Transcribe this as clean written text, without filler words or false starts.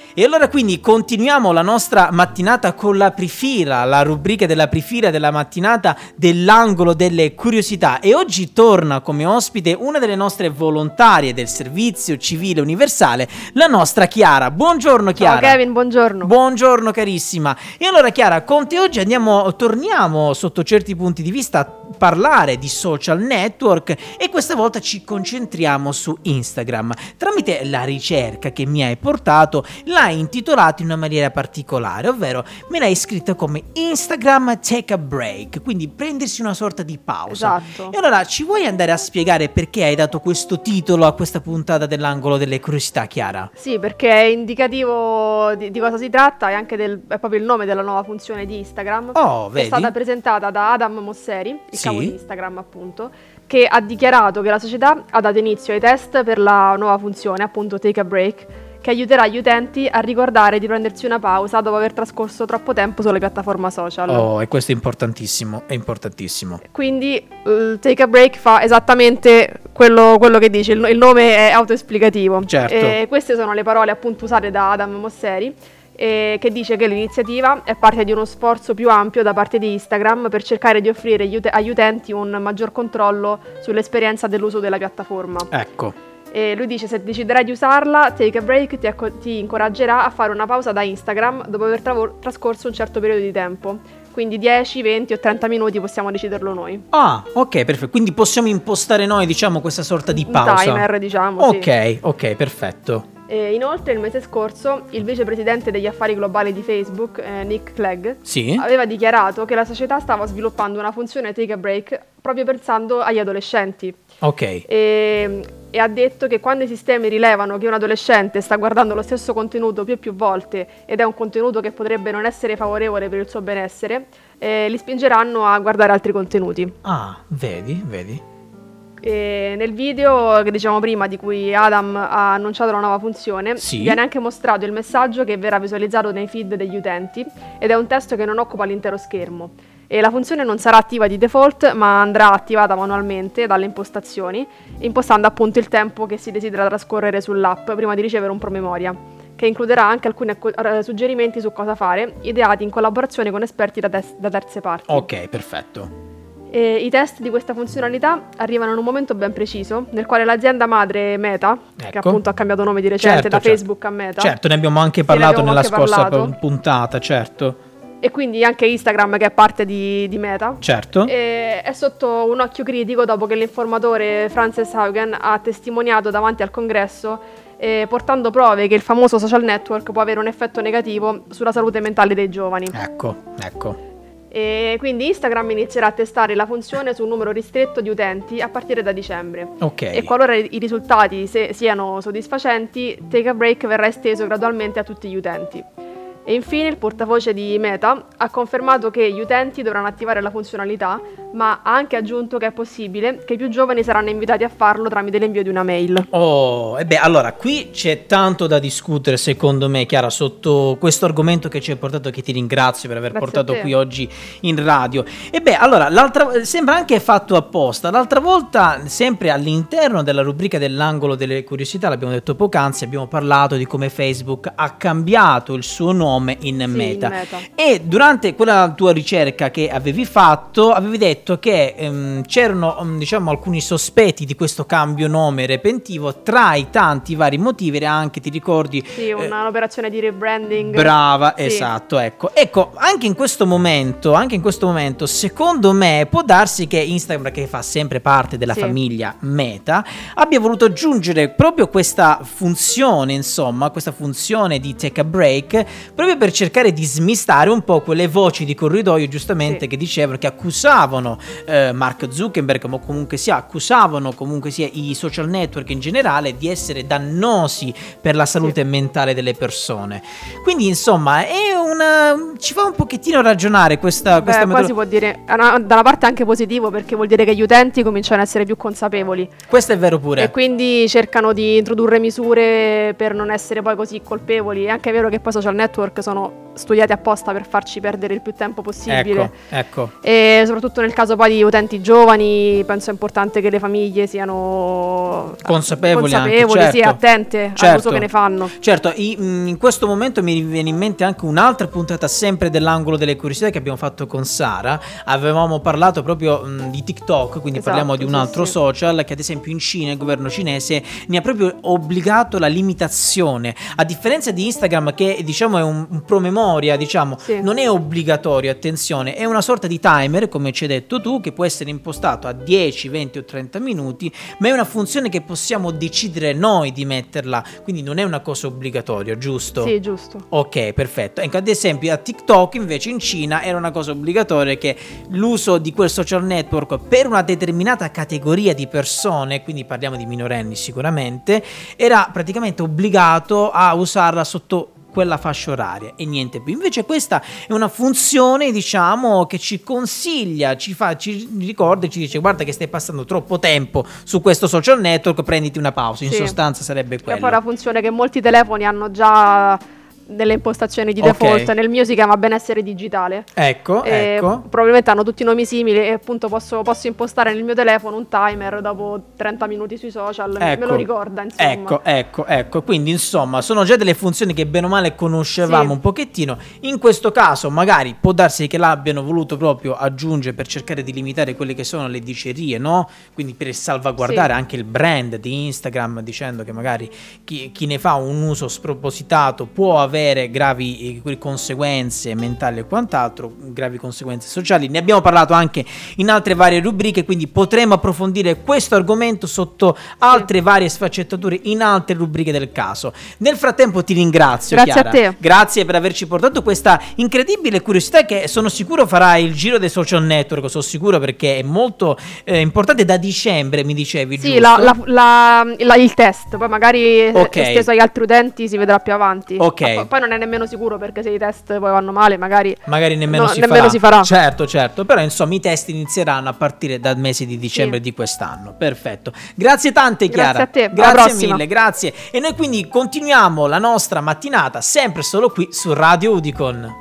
E allora quindi continuiamo la nostra mattinata con la Prifila, la rubrica della Prifila della mattinata dell'angolo delle curiosità, e oggi torna come ospite una delle nostre volontarie del servizio civile universale, la nostra Chiara. Buongiorno Chiara. Ciao Kevin, buongiorno. Buongiorno carissima. E allora Chiara, con te oggi torniamo sotto certi punti di vista a parlare di social network, e questa volta ci concentriamo su Instagram. Tramite la ricerca che mi hai portato, l'hai intitolato in una maniera particolare, ovvero me l'hai scritta come Instagram Take a Break, quindi prendersi una sorta di pausa. Esatto. E allora ci vuoi andare a spiegare perché hai dato questo titolo a questa puntata dell'angolo delle curiosità, Chiara? Sì, perché è indicativo di cosa si tratta, e anche è proprio il nome della nuova funzione di Instagram. Oh, È vedi? stata presentata da Adam Mosseri, il Sì. capo di Instagram appunto, che ha dichiarato che la società ha dato inizio ai test per la nuova funzione, appunto Take a Break, che aiuterà gli utenti a ricordare di prendersi una pausa dopo aver trascorso troppo tempo sulle piattaforme social. Oh, e questo è importantissimo, è importantissimo. Quindi Take a Break fa esattamente quello che dice, il nome è autoesplicativo. Certo. E queste sono le parole appunto usate da Adam Mosseri, che dice che l'iniziativa è parte di uno sforzo più ampio da parte di Instagram per cercare di offrire agli utenti un maggior controllo sull'esperienza dell'uso della piattaforma. Ecco. E lui dice: se deciderai di usarla, Take a Break ti incoraggerà a fare una pausa da Instagram dopo aver trascorso un certo periodo di tempo. Quindi 10, 20 o 30 minuti possiamo deciderlo noi. Ah, ok, perfetto. Quindi possiamo impostare noi, diciamo, questa sorta di Un pausa. timer, diciamo. Ok, sì. ok, perfetto. E inoltre il mese scorso il vicepresidente degli affari globali di Facebook, Nick Clegg, Sì. aveva dichiarato che la società stava sviluppando una funzione Take a Break proprio pensando agli adolescenti. Ok. E ha detto che quando i sistemi rilevano che un adolescente sta guardando lo stesso contenuto più volte ed è un contenuto che potrebbe non essere favorevole per il suo benessere, li spingeranno a guardare altri contenuti. Ah, vedi. E nel video che diciamo prima, di cui Adam ha annunciato la nuova funzione, Sì. viene anche mostrato il messaggio che verrà visualizzato nei feed degli utenti, ed è un testo che non occupa l'intero schermo. E la funzione non sarà attiva di default, ma andrà attivata manualmente dalle impostazioni, impostando appunto il tempo che si desidera trascorrere sull'app prima di ricevere un promemoria, che includerà anche alcuni suggerimenti su cosa fare, ideati in collaborazione con esperti da terze parti. Ok, perfetto. E i test di questa funzionalità arrivano in un momento ben preciso, nel quale l'azienda madre Meta, che Ecco. appunto ha cambiato nome di recente da Facebook a Meta, Certo, ne abbiamo anche Sì, parlato ne abbiamo nella anche scorsa parlato. puntata, certo. e quindi anche Instagram, che è parte di Meta, Certo. è sotto un occhio critico dopo che l'informatore Frances Haugen ha testimoniato davanti al congresso, portando prove che il famoso social network può avere un effetto negativo sulla salute mentale dei giovani. Ecco. E quindi Instagram inizierà a testare la funzione su un numero ristretto di utenti a partire da dicembre. Ok. E qualora i risultati siano soddisfacenti, Take a Break verrà esteso gradualmente a tutti gli utenti. E infine il portavoce di Meta ha confermato che gli utenti dovranno attivare la funzionalità, ma ha anche aggiunto che è possibile che i più giovani saranno invitati a farlo tramite l'invio di una mail. Oh, e beh, allora qui c'è tanto da discutere, secondo me, Chiara, sotto questo argomento che ci hai portato, che ti ringrazio per aver Grazie portato a te. qui oggi in radio. E beh, allora, sembra anche fatto apposta. L'altra volta, sempre all'interno della rubrica dell'angolo delle curiosità, l'abbiamo detto poc'anzi, abbiamo parlato di come Facebook ha cambiato il suo nome in Meta. In Meta. E durante quella tua ricerca che avevi fatto, avevi detto che c'erano diciamo alcuni sospetti di questo cambio nome repentino. Tra i tanti vari motivi era anche, ti ricordi, Sì, un'operazione di rebranding. brava, Sì. esatto, ecco, anche in questo momento, secondo me può darsi che Instagram, che fa sempre parte della Sì. famiglia Meta, abbia voluto aggiungere proprio questa funzione, insomma, questa funzione di Take a Break, proprio per cercare di smistare un po' quelle voci di corridoio, giustamente, Sì. che dicevano, che accusavano Mark Zuckerberg, ma comunque sia i social network in generale di essere dannosi per la salute mentale delle persone. Quindi insomma ci fa un pochettino ragionare questa Beh, qua si può dire da una parte anche positivo, perché vuol dire che gli utenti cominciano ad essere più consapevoli Questo è vero pure. e quindi cercano di introdurre misure per non essere poi così colpevoli. È anche vero che poi social network sono studiati apposta per farci perdere il più tempo possibile. Ecco. E soprattutto nel caso poi di utenti giovani, penso è importante che le famiglie siano consapevoli anche, certo, sì, attente all'uso che ne fanno. Certo, in questo momento mi viene in mente anche un'altra puntata sempre dell'angolo delle curiosità che abbiamo fatto con Sara. Avevamo parlato proprio di TikTok, quindi parliamo di un altro social che ad esempio in Cina il governo cinese ne ha proprio obbligato la limitazione, a differenza di Instagram che diciamo è un promemoria, diciamo, non è obbligatorio, attenzione, è una sorta di timer, come ci hai detto tu, che può essere impostato a 10, 20 o 30 minuti, ma è una funzione che possiamo decidere noi di metterla, quindi non è una cosa obbligatoria, giusto? Sì, giusto. Ok, perfetto. Ecco, ad esempio a TikTok invece in Cina era una cosa obbligatoria, che l'uso di quel social network per una determinata categoria di persone, quindi parliamo di minorenni sicuramente, era praticamente obbligato a usarla sotto quella fascia oraria e niente più. Invece questa è una funzione, diciamo, che ci consiglia, ci ricorda e ci dice: guarda che stai passando troppo tempo su questo social network, prenditi una pausa. In sostanza sarebbe quello. E poi la funzione che molti telefoni hanno già delle impostazioni di default. Nel mio si chiama benessere digitale. Ecco. Probabilmente hanno tutti nomi simili e appunto posso impostare nel mio telefono un timer dopo 30 minuti sui social, me lo ricorda, insomma. Ecco, quindi insomma sono già delle funzioni che bene o male conoscevamo un pochettino. In questo caso magari può darsi che l'abbiano voluto proprio aggiungere per cercare di limitare quelle che sono le dicerie, no? Quindi per salvaguardare anche il brand di Instagram, dicendo che magari chi ne fa un uso spropositato può avere gravi conseguenze mentali e quant'altro, gravi conseguenze sociali. Ne abbiamo parlato anche in altre varie rubriche, quindi potremo approfondire questo argomento sotto altre varie sfaccettature in altre rubriche del caso. Nel frattempo ti ringrazio, grazie Chiara. A te. Grazie per averci portato questa incredibile curiosità che sono sicuro farà il giro dei social network, sono sicuro, perché è molto importante. Da dicembre mi dicevi, sì, giusto? il test, poi magari esteso agli altri utenti si vedrà più avanti. Poi non è nemmeno sicuro, perché se i test poi vanno male magari nemmeno si farà. Certo, però insomma i test inizieranno a partire dal mese di dicembre di quest'anno. Perfetto, grazie tante Chiara. Grazie a te, grazie mille, grazie. E noi quindi continuiamo la nostra mattinata sempre solo qui su Radio Udicon.